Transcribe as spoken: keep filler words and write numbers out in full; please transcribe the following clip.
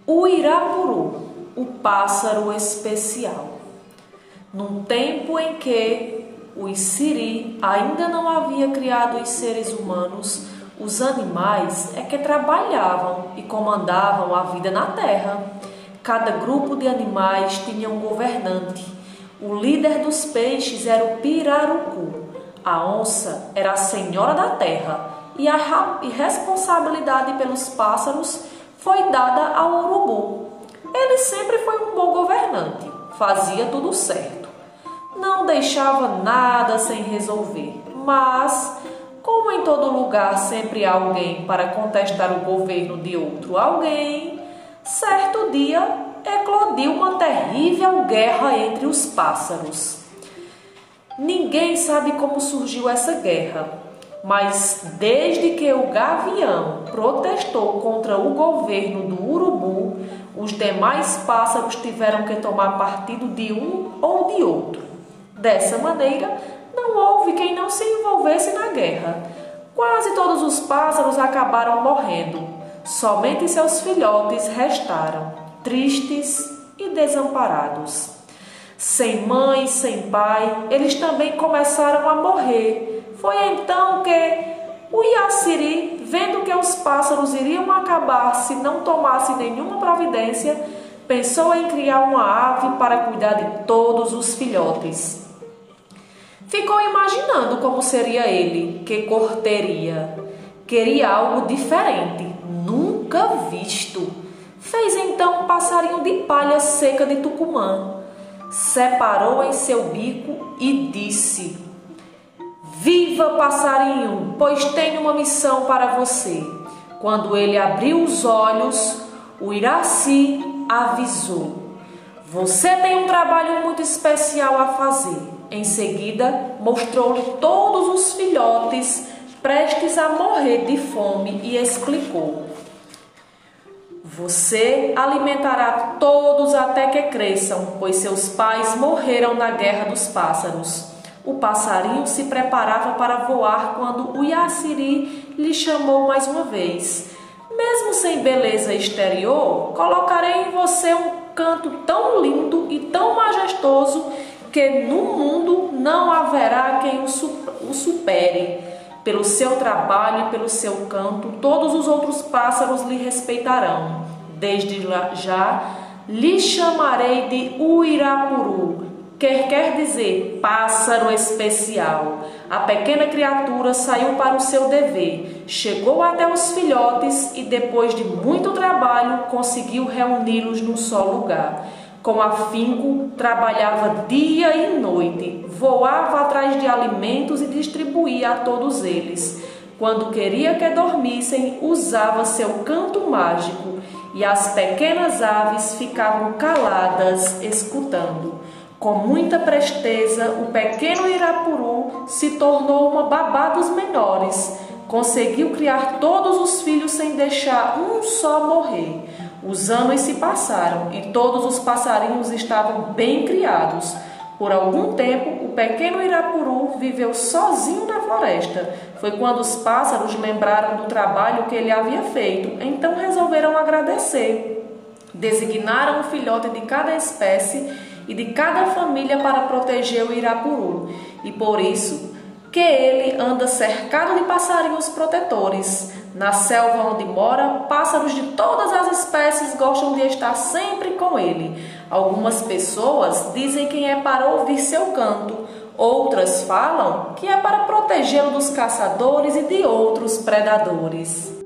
O Irapuru, o pássaro especial. Num tempo em que o Siri ainda não havia criado os seres humanos, os animais é que trabalhavam e comandavam a vida na terra. Cada grupo de animais tinha um governante. O líder dos peixes era o pirarucu. A onça era a senhora da terra e a responsabilidade pelos pássaros foi dada ao urubu. Ele sempre foi um bom governante, fazia tudo certo. Não deixava nada sem resolver, mas, como em todo lugar sempre há alguém para contestar o governo de outro alguém, certo dia eclodiu uma terrível guerra entre os pássaros. Ninguém sabe como surgiu essa guerra, mas desde que o gavião protestou contra o governo do urubu, os demais pássaros tiveram que tomar partido de um ou de outro. Dessa maneira, não houve quem não se envolvesse na guerra. Quase todos os pássaros acabaram morrendo. Somente seus filhotes restaram, tristes e desamparados. Sem mãe, sem pai, eles também começaram a morrer. Foi então que o Iaciri, vendo que os pássaros iriam acabar se não tomasse nenhuma providência, pensou em criar uma ave para cuidar de todos os filhotes. Ficou imaginando como seria ele, que cor teria. Queria algo diferente, nunca visto. Fez então um passarinho de palha seca de Tucumã. Separou em seu bico e disse: "Viva, passarinho, pois tenho uma missão para você." Quando ele abriu os olhos, o Iraci avisou: "Você tem um trabalho muito especial a fazer." Em seguida, mostrou-lhe todos os filhotes prestes a morrer de fome e explicou: "Você alimentará todos até que cresçam, pois seus pais morreram na guerra dos pássaros." O passarinho se preparava para voar quando o Iaciri lhe chamou mais uma vez. "Mesmo sem beleza exterior, colocarei em você um canto tão lindo e tão majestoso que no mundo não haverá quem o supere. Pelo seu trabalho e pelo seu canto, todos os outros pássaros lhe respeitarão. Desde já lhe chamarei de Uirapuru, que quer dizer pássaro especial." A pequena criatura saiu para o seu dever, chegou até os filhotes e, depois de muito trabalho, conseguiu reuni-los num só lugar. Com afinco, trabalhava dia e noite, voava atrás de alimentos e distribuía a todos eles. Quando queria que dormissem, usava seu canto mágico e as pequenas aves ficavam caladas, escutando. Com muita presteza, o pequeno Irapuru se tornou uma babá dos menores. Conseguiu criar todos os filhos sem deixar um só morrer. Os anos se passaram e todos os passarinhos estavam bem criados. Por algum tempo, o pequeno Irapuru viveu sozinho na floresta. Foi quando os pássaros lembraram do trabalho que ele havia feito, então resolveram agradecer. Designaram um filhote de cada espécie e de cada família para proteger o Irapuru, e por isso que ele anda cercado de passarinhos protetores. Na selva onde mora, pássaros de todas as espécies gostam de estar sempre com ele. Algumas pessoas dizem que é para ouvir seu canto, outras falam que é para protegê-lo dos caçadores e de outros predadores.